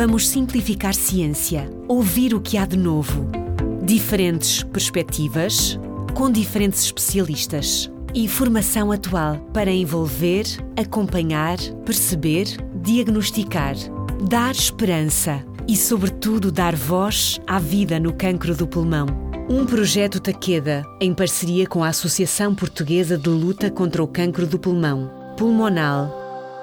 Vamos simplificar ciência, ouvir o que há de novo. Diferentes perspectivas, com diferentes especialistas. Informação atual para envolver, acompanhar, perceber, diagnosticar, dar esperança e, sobretudo, dar voz à vida no cancro do pulmão. Um projeto Takeda, em parceria com a Associação Portuguesa de Luta contra o Cancro do Pulmão, Pulmonal.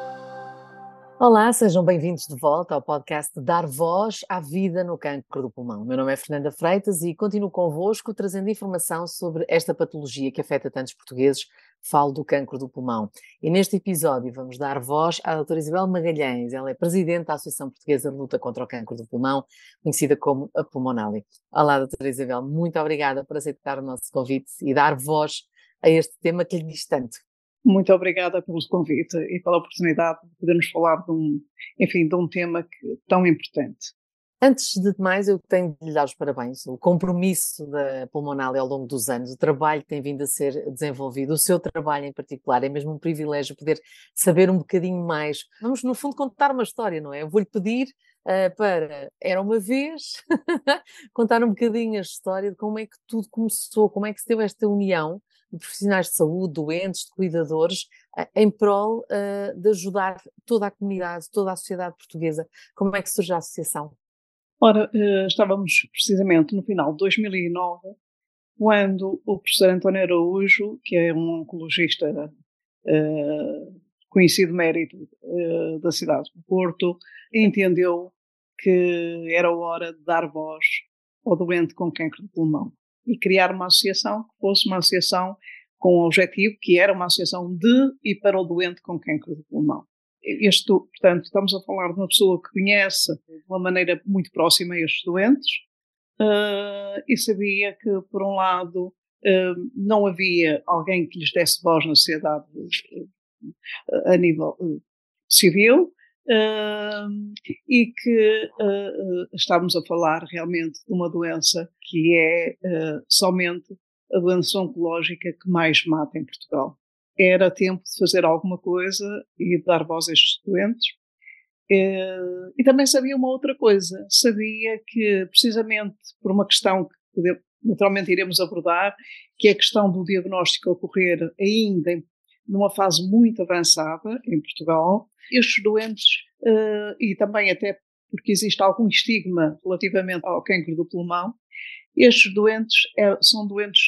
Olá, sejam bem-vindos de volta ao podcast Dar Voz à Vida no Cancro do Pulmão. Meu nome é Fernanda Freitas e continuo convosco trazendo informação sobre esta patologia que afeta tantos portugueses. Falo do cancro do pulmão. E neste episódio vamos dar voz à doutora Isabel Magalhães. Ela é presidente da Associação Portuguesa de Luta contra o Cancro do Pulmão, conhecida como a Pulmonale. Olá, doutora Isabel, muito obrigada por aceitar o nosso convite e dar voz a este tema que lhe diz tanto. Muito obrigada pelo convite e pela oportunidade de podermos falar de um tema tão importante. Antes de mais, eu tenho de lhe dar os parabéns. O compromisso da Pulmonale ao longo dos anos, o trabalho que tem vindo a ser desenvolvido, o seu trabalho em particular, é mesmo um privilégio poder saber um bocadinho mais. Vamos, no fundo, contar uma história, não é? Eu vou-lhe pedir para, era uma vez, contar um bocadinho a história de como é que tudo começou, como é que se deu esta união de profissionais de saúde, doentes, de cuidadores, em prol de ajudar toda a comunidade, toda a sociedade portuguesa. Como é que surge a associação? Ora, estávamos precisamente no final de 2009, quando o professor António Araújo, que é um oncologista conhecido mérito da cidade do Porto, entendeu que era hora de dar voz ao doente com cancro de pulmão e criar uma associação que fosse uma associação com um objetivo, que era uma associação de e para o doente com cancro de pulmão. Portanto, estamos a falar de uma pessoa que conhece de uma maneira muito próxima estes doentes e sabia que, por um lado, não havia alguém que lhes desse voz na sociedade a nível civil e que estamos a falar realmente de uma doença que é somente a doença oncológica que mais mata em Portugal. Era tempo de fazer alguma coisa e de dar voz a estes doentes. E também sabia uma outra coisa. Sabia que, precisamente por uma questão que naturalmente iremos abordar, que é a questão do diagnóstico ocorrer ainda numa fase muito avançada em Portugal, estes doentes, e também até porque existe algum estigma relativamente ao cancro do pulmão, estes doentes são doentes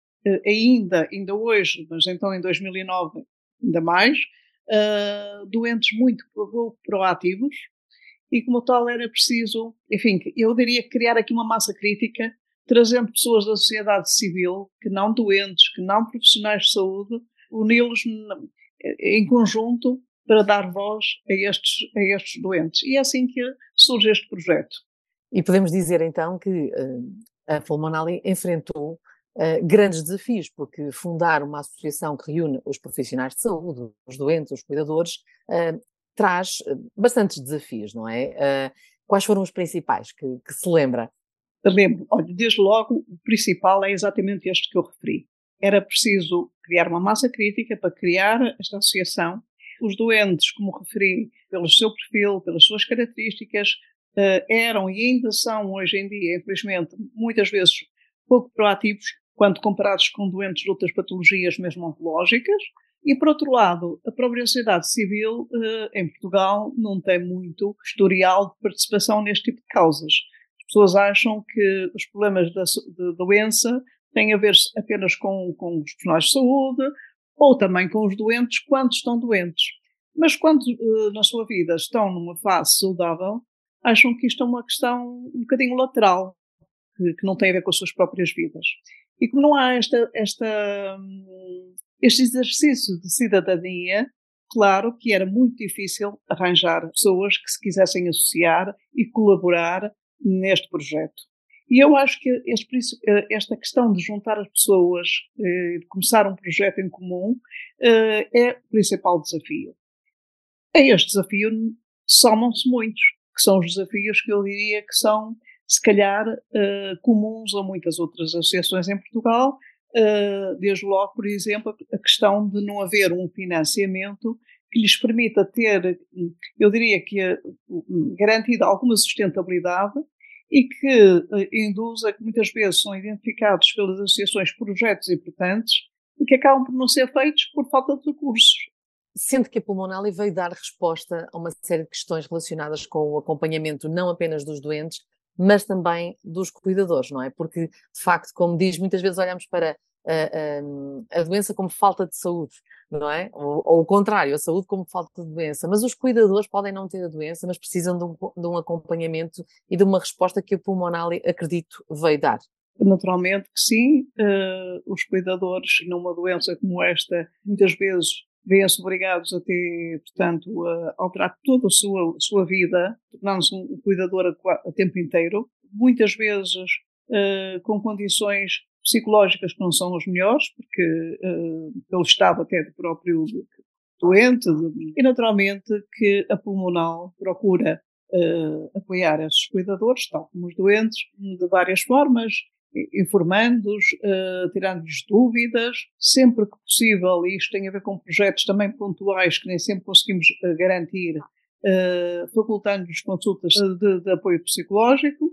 ainda hoje, mas então em 2009 ainda mais, doentes muito proativos e como tal era preciso, enfim, eu diria criar aqui uma massa crítica, trazendo pessoas da sociedade civil, que não doentes, que não profissionais de saúde, uni-los em conjunto para dar voz a estes doentes. E é assim que surge este projeto. E podemos dizer então que a Pulmonale enfrentou grandes desafios, porque fundar uma associação que reúne os profissionais de saúde, os doentes, os cuidadores, traz bastantes desafios, não é? Quais foram os principais que se lembra? Lembro, olha, desde logo o principal é exatamente este que eu referi. Era preciso criar uma massa crítica para criar esta associação. Os doentes, como referi, pelo seu perfil, pelas suas características, eram e ainda são hoje em dia, infelizmente, muitas vezes pouco proativos quando comparados com doentes de outras patologias mesmo oncológicas. E, por outro lado, a própria sociedade civil em Portugal não tem muito historial de participação neste tipo de causas. As pessoas acham que os problemas da doença têm a ver apenas com os profissionais de saúde ou também com os doentes quando estão doentes. Mas quando na sua vida estão numa fase saudável, acham que isto é uma questão um bocadinho lateral, que não tem a ver com as suas próprias vidas. E como não há este exercício de cidadania, claro que era muito difícil arranjar pessoas que se quisessem associar e colaborar neste projeto. E eu acho que esta questão de juntar as pessoas, de começar um projeto em comum, é o principal desafio. A este desafio somam-se muitos, que são os desafios que eu diria que são, se calhar, comuns a muitas outras associações em Portugal, desde logo, por exemplo, a questão de não haver um financiamento que lhes permita ter, eu diria que garantida alguma sustentabilidade e que induza que muitas vezes são identificados pelas associações projetos importantes e que acabam por não ser feitos por falta de recursos. Sendo que a Pulmonale veio dar resposta a uma série de questões relacionadas com o acompanhamento não apenas dos doentes, mas também dos cuidadores, não é? Porque, de facto, como diz, muitas vezes olhamos para a doença como falta de saúde, não é? Ou o contrário, a saúde como falta de doença. Mas os cuidadores podem não ter a doença, mas precisam de um acompanhamento e de uma resposta que a Pulmonale, acredito, veio dar. Naturalmente que sim, os cuidadores numa doença como esta, muitas vezes vêem-se obrigados a ter, portanto, a alterar toda a sua vida, tornando-se um cuidador a tempo inteiro, muitas vezes com condições psicológicas que não são as melhores, porque pelo estado até do próprio doente, e naturalmente que a Pulmonal procura apoiar esses cuidadores, tal como os doentes, de várias formas, informando-os, tirando-lhes dúvidas, sempre que possível, e isto tem a ver com projetos também pontuais que nem sempre conseguimos garantir, facultando-lhes consultas de apoio psicológico,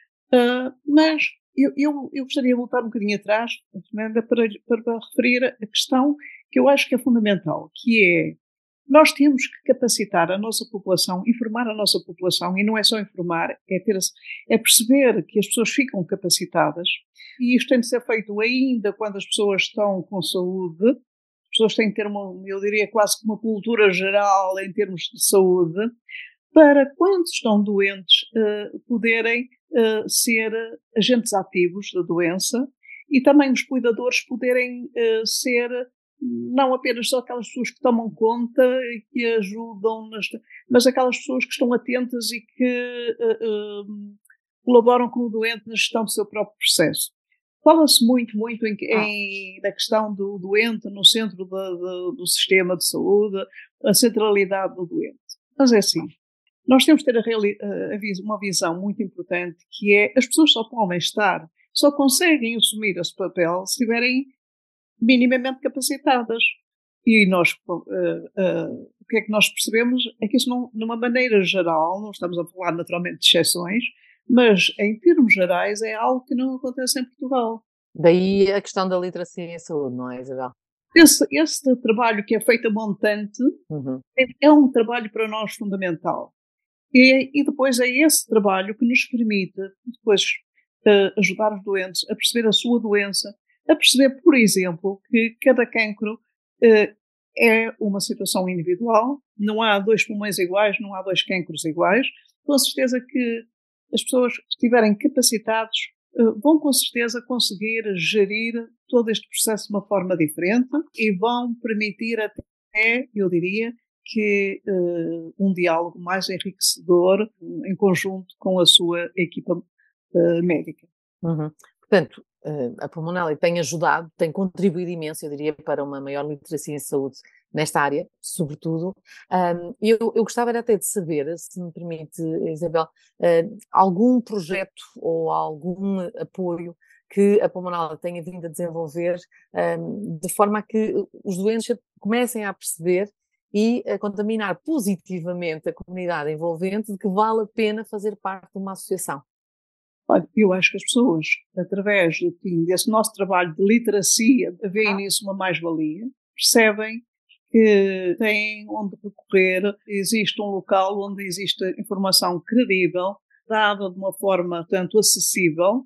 mas eu gostaria de voltar um bocadinho atrás, para referir a questão que eu acho que é fundamental, que é, nós temos que capacitar a nossa população, informar a nossa população, e não é só informar, é perceber que as pessoas ficam capacitadas, e isto tem de ser feito ainda quando as pessoas estão com saúde. As pessoas têm de ter eu diria quase que uma cultura geral em termos de saúde, para quando estão doentes poderem ser agentes ativos da doença, e também os cuidadores poderem ser não apenas só aquelas pessoas que tomam conta e que ajudam, mas aquelas pessoas que estão atentas e que colaboram com o doente na gestão do seu próprio processo. Fala-se muito na questão do doente no centro do sistema de saúde, a centralidade do doente. Mas é assim, nós temos de ter uma visão muito importante, que é, as pessoas só conseguem assumir esse papel se estiverem minimamente capacitadas. E nós, o que é que nós percebemos é que isso, numa maneira geral, não estamos a falar naturalmente de exceções, mas em termos gerais é algo que não acontece em Portugal. Daí a questão da literacia em saúde, não é, Isabel? Esse trabalho que é feito a montante é um trabalho para nós fundamental. E depois é esse trabalho que nos permite depois ajudar os doentes a perceber a sua doença, a perceber, por exemplo, que cada cancro é uma situação individual, não há dois pulmões iguais, não há dois cancros iguais. Com certeza que as pessoas que estiverem capacitadas vão com certeza conseguir gerir todo este processo de uma forma diferente e vão permitir até, eu diria, que um diálogo mais enriquecedor em conjunto com a sua equipa médica. Portanto, a Pulmonale tem ajudado, tem contribuído imenso, eu diria, para uma maior literacia em saúde nesta área, sobretudo. Eu gostava até de saber, se me permite, Isabel, algum projeto ou algum apoio que a Pulmonale tenha vindo a desenvolver, de forma a que os doentes comecem a perceber e a contaminar positivamente a comunidade envolvente de que vale a pena fazer parte de uma associação. Olha, eu acho que as pessoas, através desse nosso trabalho de literacia, veem nisso uma mais-valia, percebem que têm onde recorrer, existe um local onde existe informação credível, dada de uma forma tanto acessível,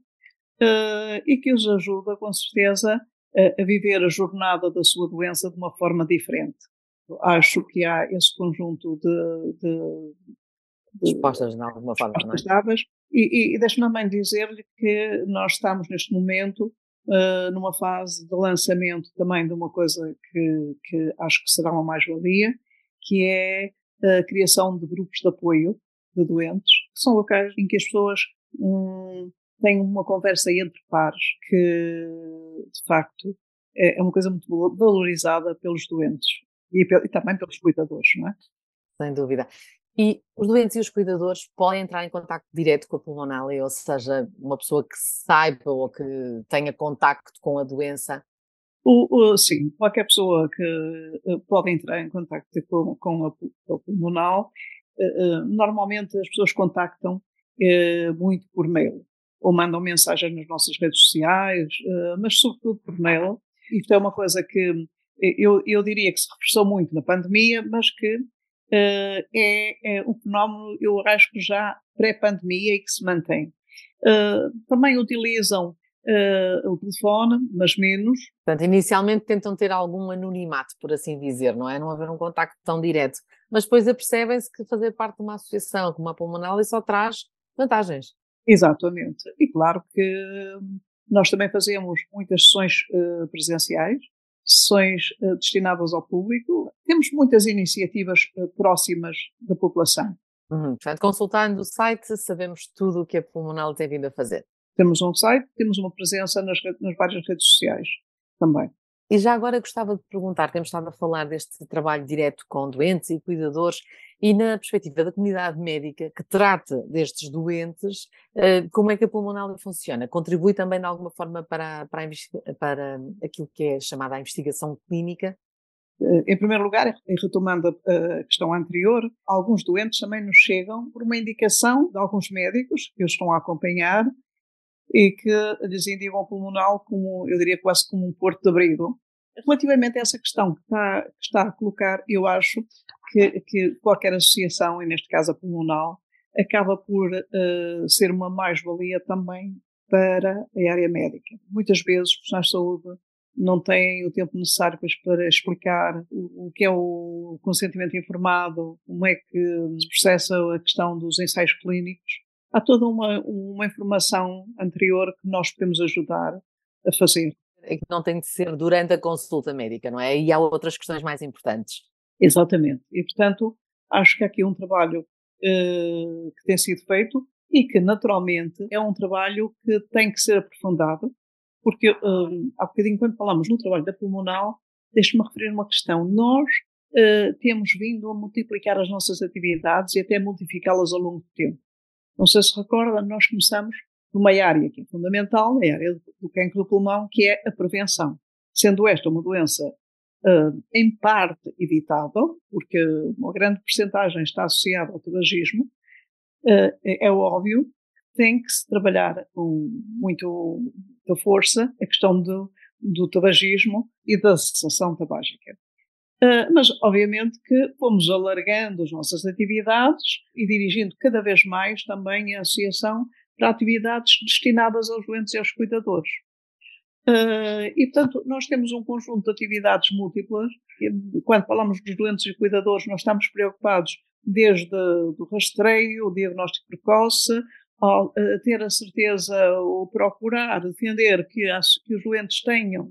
e que os ajuda, com certeza, a viver a jornada da sua doença de uma forma diferente. Acho que há esse conjunto de respostas de alguma forma, não é? E deixe-me também dizer-lhe que nós estamos neste momento numa fase de lançamento também de uma coisa que acho que será uma mais-valia, que é a criação de grupos de apoio de doentes, que são locais em que as pessoas têm uma conversa entre pares, que de facto é uma coisa muito valorizada pelos doentes e também pelos cuidadores, não é? Sem dúvida. E os doentes e os cuidadores podem entrar em contacto direto com a Pulmonale, ou seja, uma pessoa que saiba ou que tenha contacto com a doença Sim, qualquer pessoa que pode entrar em contacto com a pulmonal, normalmente as pessoas contactam muito por mail, ou mandam mensagens nas nossas redes sociais, mas sobretudo por mail. Isto é uma coisa que eu diria que se reforçou muito na pandemia, mas que é um fenómeno, eu acho que já pré-pandemia e que se mantém. Também utilizam o telefone, mas menos. Portanto, inicialmente tentam ter algum anonimato, por assim dizer, não é? Não haver um contacto tão direto. Mas depois apercebem-se que fazer parte de uma associação como a Pulmonal só traz vantagens. Exatamente. E claro que nós também fazemos muitas sessões presenciais, sessões destinadas ao público. Temos muitas iniciativas próximas da população. Portanto, consultando o site, sabemos tudo o que a Pulmonal tem vindo a fazer. Temos um site, temos uma presença nas várias redes sociais também. E já agora gostava de perguntar, temos estado a falar deste trabalho direto com doentes e cuidadores e na perspectiva da comunidade médica que trata destes doentes, como é que a Pulmonal funciona? Contribui também de alguma forma para aquilo que é chamada a investigação clínica? Em primeiro lugar, retomando a questão anterior, alguns doentes também nos chegam por uma indicação de alguns médicos que os estão a acompanhar e que lhes indicam o pulmonal como, eu diria, quase como um porto de abrigo. Relativamente a essa questão que está a colocar, eu acho que qualquer associação, e neste caso a pulmonal, acaba por ser uma mais-valia também para a área médica. Muitas vezes os profissionais de saúde não têm o tempo necessário para explicar o que é o consentimento informado, como é que se processa a questão dos ensaios clínicos. Há toda uma informação anterior que nós podemos ajudar a fazer. É que não tem de ser durante a consulta médica, não é? E há outras questões mais importantes. Exatamente. E, portanto, acho que há aqui um trabalho que tem sido feito e que, naturalmente, é um trabalho que tem que ser aprofundado, porque há bocadinho, quando falamos no trabalho da pulmonal, deixe-me referir uma questão. Nós temos vindo a multiplicar as nossas atividades e até modificá-las ao longo do tempo. Não sei se recorda, nós começamos numa área que é fundamental, a área do cancro do pulmão, que é a prevenção. Sendo esta uma doença em parte evitável, porque uma grande percentagem está associada ao tabagismo, é óbvio que tem que se trabalhar com muita força a questão do tabagismo e da cessação tabágica. Mas, obviamente, que fomos alargando as nossas atividades e dirigindo cada vez mais também a associação para atividades destinadas aos doentes e aos cuidadores. E, portanto, nós temos um conjunto de atividades múltiplas. Quando falamos dos doentes e cuidadores, nós estamos preocupados desde o rastreio, o diagnóstico precoce, a ter a certeza ou procurar defender que os doentes tenham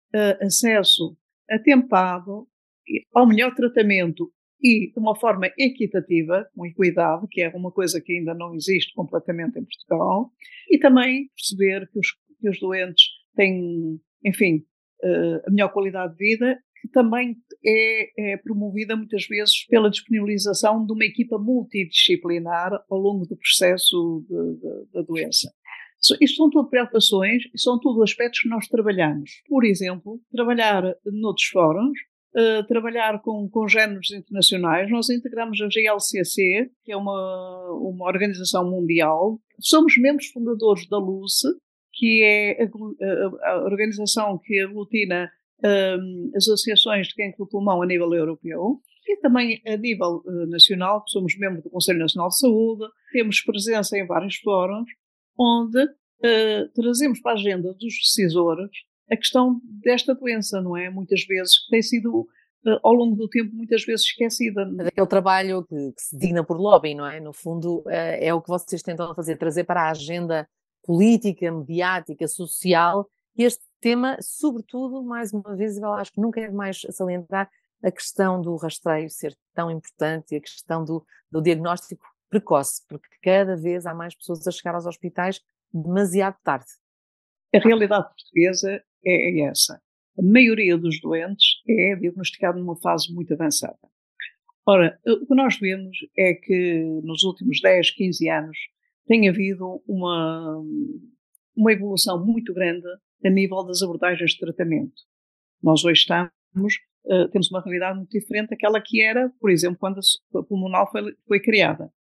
acesso atempado ao melhor tratamento e de uma forma equitativa, com equidade, que é uma coisa que ainda não existe completamente em Portugal, e também perceber que os doentes têm, enfim, a melhor qualidade de vida, que também é promovida muitas vezes pela disponibilização de uma equipa multidisciplinar ao longo do processo da doença. Isto são tudo preocupações e são tudo aspectos que nós trabalhamos. Por exemplo, trabalhar noutros fóruns, trabalhar com géneros internacionais. Nós integramos a GLCC, que é uma organização mundial. Somos membros fundadores da LUCE, que é a organização que aglutina as associações de cancro do pulmão a nível europeu. E também a nível nacional, somos membros do Conselho Nacional de Saúde, temos presença em vários fóruns, onde trazemos para a agenda dos decisores a questão desta doença, não é? Muitas vezes tem sido, ao longo do tempo, muitas vezes esquecida. Mas aquele trabalho que se designa por lobby, não é? No fundo, é o que vocês tentam fazer, trazer para a agenda política, mediática, social, este tema, sobretudo, mais uma vez, eu acho que nunca é demais salientar a questão do rastreio ser tão importante e a questão do diagnóstico precoce, porque cada vez há mais pessoas a chegar aos hospitais demasiado tarde. A realidade portuguesa é essa. A maioria dos doentes é diagnosticado numa fase muito avançada. Ora, o que nós vemos é que nos últimos 10, 15 anos tem havido uma evolução muito grande a nível das abordagens de tratamento. Nós hoje temos uma realidade muito diferente daquela que era, por exemplo, quando a pulmonal foi criada.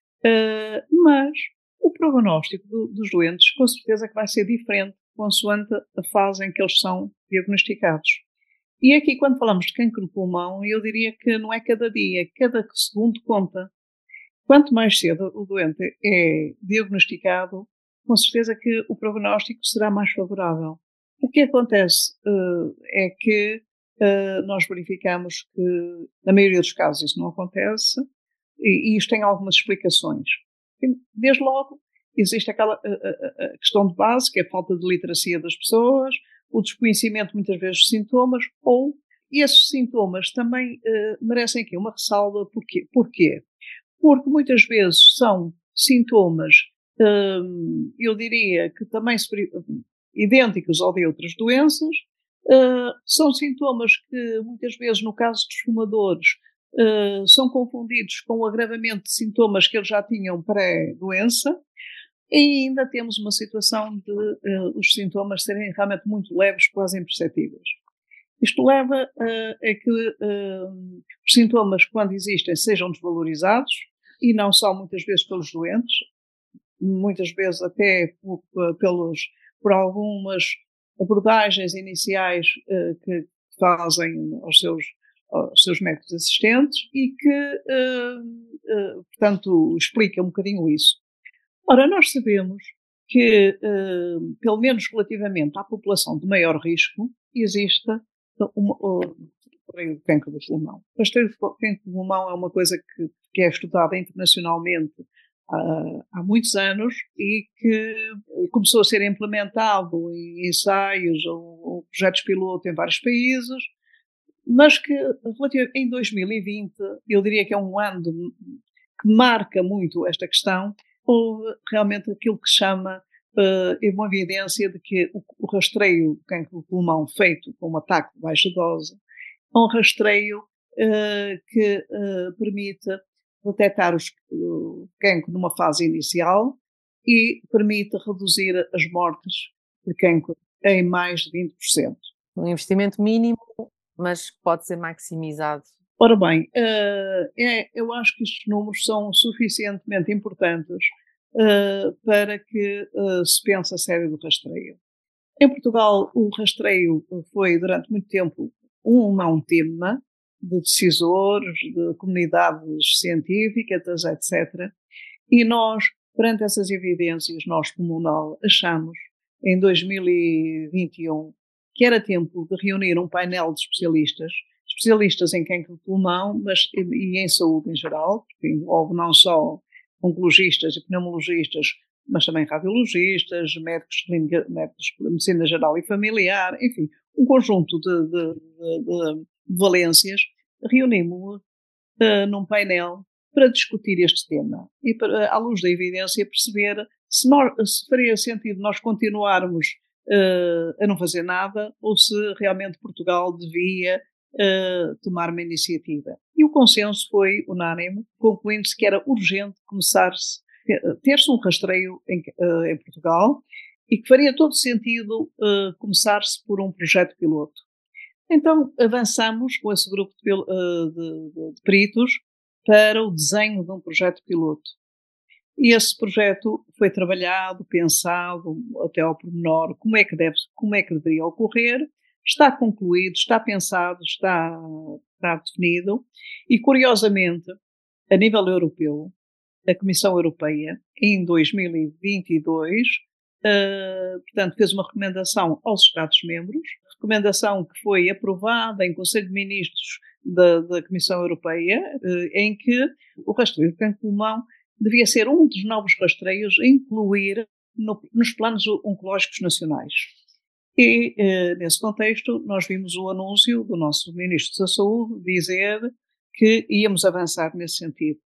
Mas o prognóstico dos doentes, com certeza que vai ser diferente consoante a fase em que eles são diagnosticados. E aqui, quando falamos de cancro de pulmão, eu diria que não é cada dia, cada segundo conta. Quanto mais cedo o doente é diagnosticado, com certeza que o prognóstico será mais favorável. O que acontece é que nós verificamos que, na maioria dos casos, isso não acontece, e isto tem algumas explicações. Desde logo, existe aquela a questão de base, que é a falta de literacia das pessoas, o desconhecimento, muitas vezes, de sintomas, ou esses sintomas também merecem aqui uma ressalva. Porquê? Porque muitas vezes são sintomas, eu diria que também idênticos ao de outras doenças, são sintomas que muitas vezes, no caso dos fumadores, são confundidos com o agravamento de sintomas que eles já tinham pré-doença, e ainda temos uma situação de os sintomas serem realmente muito leves, quase imperceptíveis. Isto leva a que os sintomas, quando existem, sejam desvalorizados, e não só muitas vezes pelos doentes, muitas vezes até por algumas abordagens iniciais que fazem aos seus médicos assistentes e que, portanto, explica um bocadinho isso. Ora, nós sabemos que, pelo menos relativamente à população de maior risco, existe o cancro do pulmão. O rastreio do cancro do pulmão é uma coisa que é estudada internacionalmente há muitos anos e que começou a ser implementado em ensaios ou projetos piloto em vários países, mas que em 2020, eu diria que é um ano que marca muito esta questão, houve realmente aquilo que se chama uma evidência de que o rastreio do cancro do pulmão feito com um ataque de baixa dose é um rastreio que permite detectar o cancro numa fase inicial e permite reduzir as mortes de cancro em mais de 20%. Um investimento mínimo, mas pode ser maximizado. Ora bem, eu acho que estes números são suficientemente importantes para que se pense a sério do rastreio. Em Portugal, o rastreio foi durante muito tempo um tema de decisores, de comunidades científicas, etc. E nós, perante essas evidências, nós, Pulmonal, achamos, em 2021, que era tempo de reunir um painel de especialistas em cancro de pulmão, e em saúde em geral, porque envolve não só oncologistas e pneumologistas, mas também radiologistas, médicos de medicina geral e familiar, enfim, um conjunto de valências. Reunimos-nos num painel para discutir este tema e, à luz da evidência, perceber se faria sentido nós continuarmos a não fazer nada ou se realmente Portugal devia tomar uma iniciativa. E o consenso foi unânime, concluindo-se que era urgente ter-se um rastreio em Portugal e que faria todo sentido começar-se por um projeto piloto. Então avançamos com esse grupo de peritos para o desenho de um projeto piloto. E esse projeto foi trabalhado, pensado até ao pormenor como é que deveria ocorrer, está concluído, está pensado, está definido e, curiosamente, a nível europeu, a Comissão Europeia, em 2022, portanto, fez uma recomendação aos Estados-membros, recomendação que foi aprovada em Conselho de Ministros da Comissão Europeia, em que o rastreio do cancro de pulmão devia ser um dos novos rastreios a incluir nos planos oncológicos nacionais. E, nesse contexto, nós vimos o anúncio do nosso Ministro da Saúde dizer que íamos avançar nesse sentido.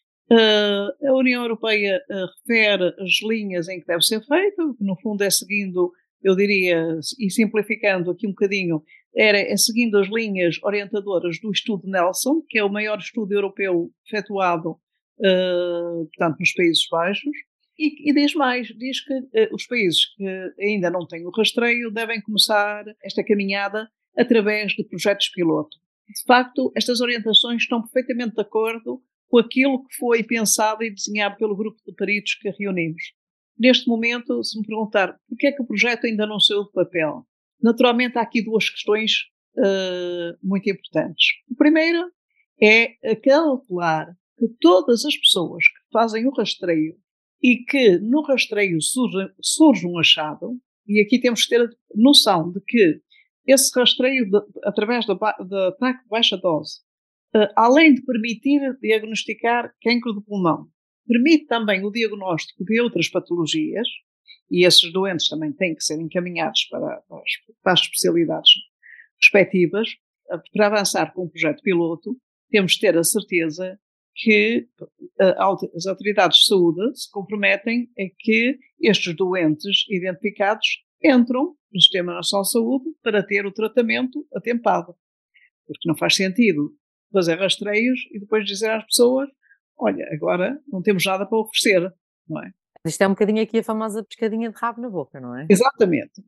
A União Europeia refere as linhas em que deve ser feito, que no fundo é seguindo, eu diria, e simplificando aqui um bocadinho, é seguindo as linhas orientadoras do estudo Nelson, que é o maior estudo europeu efetuado, portanto, nos Países Baixos, e diz que os países que ainda não têm o rastreio devem começar esta caminhada através de projetos piloto. De facto, estas orientações estão perfeitamente de acordo com aquilo que foi pensado e desenhado pelo grupo de peritos que reunimos. Neste momento, se me perguntar porquê é que o projeto ainda não saiu do papel, naturalmente há aqui duas questões muito importantes. A primeira é calcular que todas as pessoas que fazem o rastreio e que no rastreio surge um achado, e aqui temos que ter noção de que esse rastreio através da ataque de baixa dose, além de permitir diagnosticar cancro do pulmão, permite também o diagnóstico de outras patologias, e esses doentes também têm que ser encaminhados para as especialidades respectivas. Para avançar com o projeto piloto, temos de ter a certeza que as autoridades de saúde se comprometem a que estes doentes identificados entram no Sistema Nacional de Saúde para ter o tratamento atempado. Porque não faz sentido fazer rastreios e depois dizer às pessoas, olha, agora não temos nada para oferecer, não é? Isto é um bocadinho aqui a famosa pescadinha de rabo na boca, não é? Exatamente.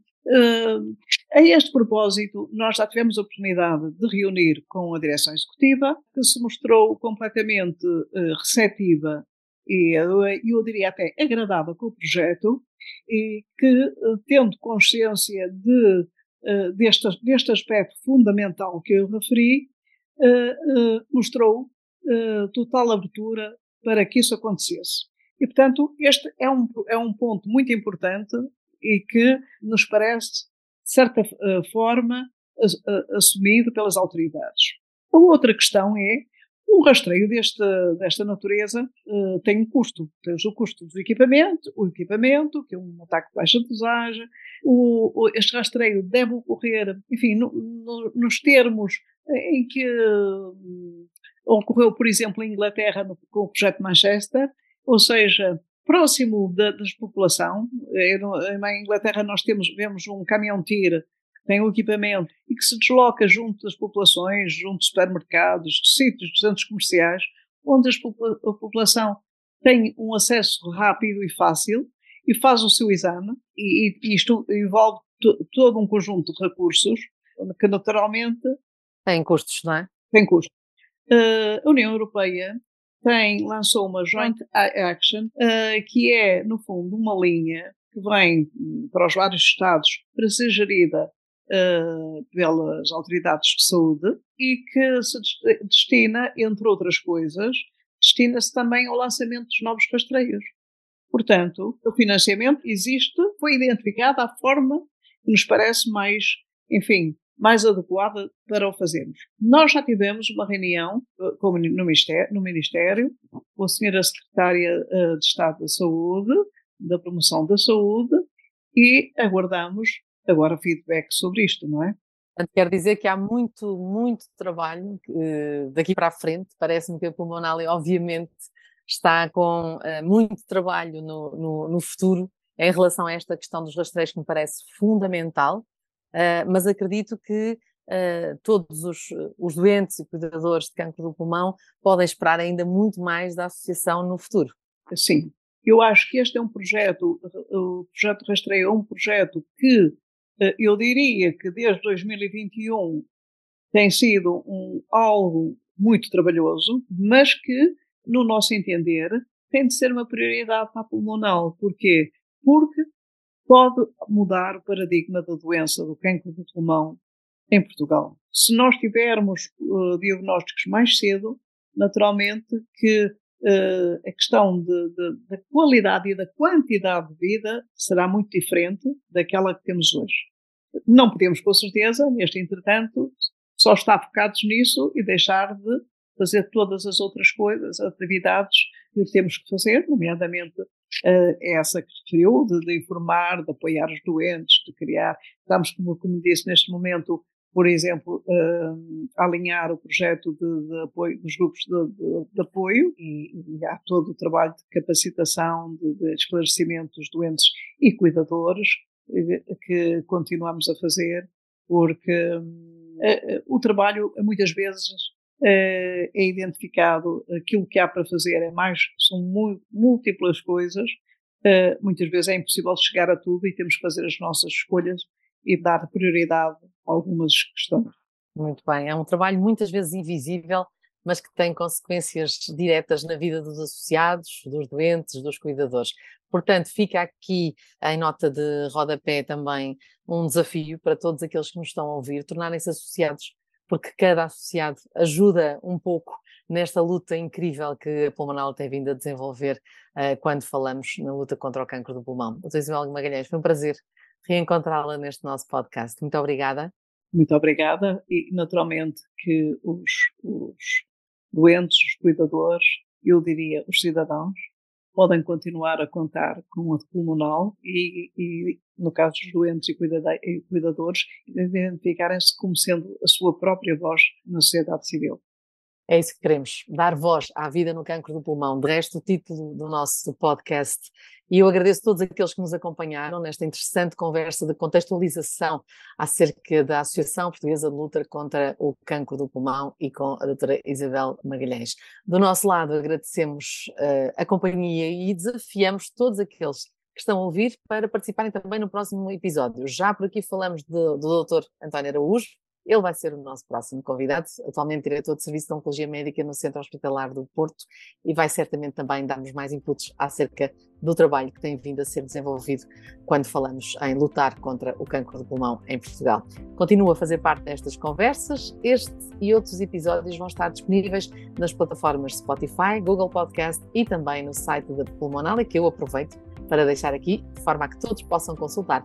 A este propósito, nós já tivemos a oportunidade de reunir com a direção executiva, que se mostrou completamente receptiva e eu diria até agradada com o projeto, e que, tendo consciência deste aspecto fundamental que eu referi, mostrou total abertura para que isso acontecesse. E, portanto, este é um ponto muito importante e que nos parece, de certa forma, assumido pelas autoridades. A outra questão é, um rastreio desta natureza tem um custo. Temos o custo do equipamento, que é um ataque de baixa dosagem. Este rastreio deve ocorrer, enfim, nos termos em que ocorreu, por exemplo, em Inglaterra com o projeto Manchester, ou seja, próximo da população. Em Inglaterra nós vemos um caminhão-tiro que tem um equipamento e que se desloca junto das populações, junto de supermercados, de sítios, de centros comerciais, onde a população tem um acesso rápido e fácil e faz o seu exame, e isto envolve todo um conjunto de recursos que naturalmente tem custos, não é? Tem custos. A União Europeia lançou uma Joint Action, que é, no fundo, uma linha que vem para os vários Estados para ser gerida pelas autoridades de saúde e que se destina, entre outras coisas, destina-se também ao lançamento dos novos rastreios. Portanto, o financiamento existe, foi identificada a forma que nos parece mais adequada para o fazermos. Nós já tivemos uma reunião no Ministério, com a senhora Secretária de Estado da Saúde, da Promoção da Saúde, e aguardamos agora feedback sobre isto, não é? Portanto, quer dizer que há muito, muito trabalho daqui para a frente. Parece-me que a Pulmonale, obviamente, está com muito trabalho no futuro em relação a esta questão dos rastreios, que me parece fundamental. Mas acredito que todos os doentes e cuidadores de cancro do pulmão podem esperar ainda muito mais da associação no futuro. Sim, eu acho que este é um projeto, o projeto de rastreio é um projeto que eu diria que desde 2021 tem sido algo muito trabalhoso, mas que, no nosso entender, tem de ser uma prioridade para a Pulmonale. Porquê? Porque pode mudar o paradigma da doença do cancro do pulmão em Portugal. Se nós tivermos diagnósticos mais cedo, naturalmente que a questão da qualidade e da quantidade de vida será muito diferente daquela que temos hoje. Não podemos, com certeza, neste entretanto, só estar focados nisso e deixar de fazer todas as outras coisas, atividades que temos que fazer, nomeadamente essa que referiu, de informar, de apoiar os doentes, de criar. Estamos, como disse, neste momento, por exemplo, a alinhar o projeto de apoio dos grupos de apoio e há todo o trabalho de capacitação, de esclarecimento dos doentes e cuidadores que continuamos a fazer, porque o trabalho, muitas vezes, é identificado, aquilo que há para fazer são múltiplas coisas, muitas vezes é impossível chegar a tudo e temos que fazer as nossas escolhas e dar prioridade algumas questões. Muito bem, é um trabalho muitas vezes invisível, mas que tem consequências diretas na vida dos associados, dos doentes, dos cuidadores. Portanto, fica aqui em nota de rodapé também um desafio para todos aqueles que nos estão a ouvir, tornarem-se associados, porque cada associado ajuda um pouco nesta luta incrível que a Pulmonal tem vindo a desenvolver quando falamos na luta contra o cancro do pulmão. Doutora Isabel Magalhães, foi um prazer reencontrá-la neste nosso podcast. Muito obrigada. Muito obrigada e, naturalmente, que os doentes, os cuidadores, eu diria os cidadãos, podem continuar a contar com a Pulmonal e no caso dos doentes e cuidadores, identificarem-se como sendo a sua própria voz na sociedade civil. É isso que queremos, dar voz à vida no cancro do pulmão. De resto, o título do nosso podcast. E eu agradeço a todos aqueles que nos acompanharam nesta interessante conversa de contextualização acerca da Associação Portuguesa de Luta contra o Cancro do Pulmão e com a doutora Isabel Magalhães. Do nosso lado, agradecemos a companhia e desafiamos todos aqueles que estão a ouvir para participarem também no próximo episódio. Já por aqui falamos do doutor António Araújo. Ele vai ser o nosso próximo convidado, atualmente diretor de Serviço de Oncologia Médica no Centro Hospitalar do Porto, e vai certamente também dar-nos mais inputs acerca do trabalho que tem vindo a ser desenvolvido quando falamos em lutar contra o cancro do pulmão em Portugal. Continua a fazer parte destas conversas. Este e outros episódios vão estar disponíveis nas plataformas Spotify, Google Podcast e também no site da Pulmonale, que eu aproveito para deixar aqui, de forma a que todos possam consultar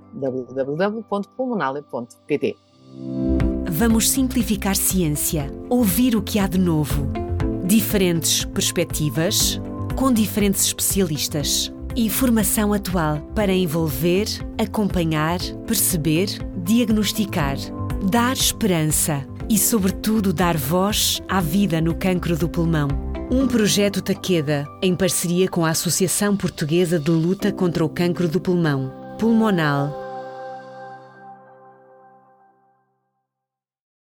www.pulmonale.pt. Vamos simplificar ciência, ouvir o que há de novo. Diferentes perspectivas, com diferentes especialistas. Informação atual para envolver, acompanhar, perceber, diagnosticar, dar esperança e, sobretudo, dar voz à vida no cancro do pulmão. Um projeto Takeda, em parceria com a Associação Portuguesa de Luta contra o Cancro do Pulmão, Pulmonal.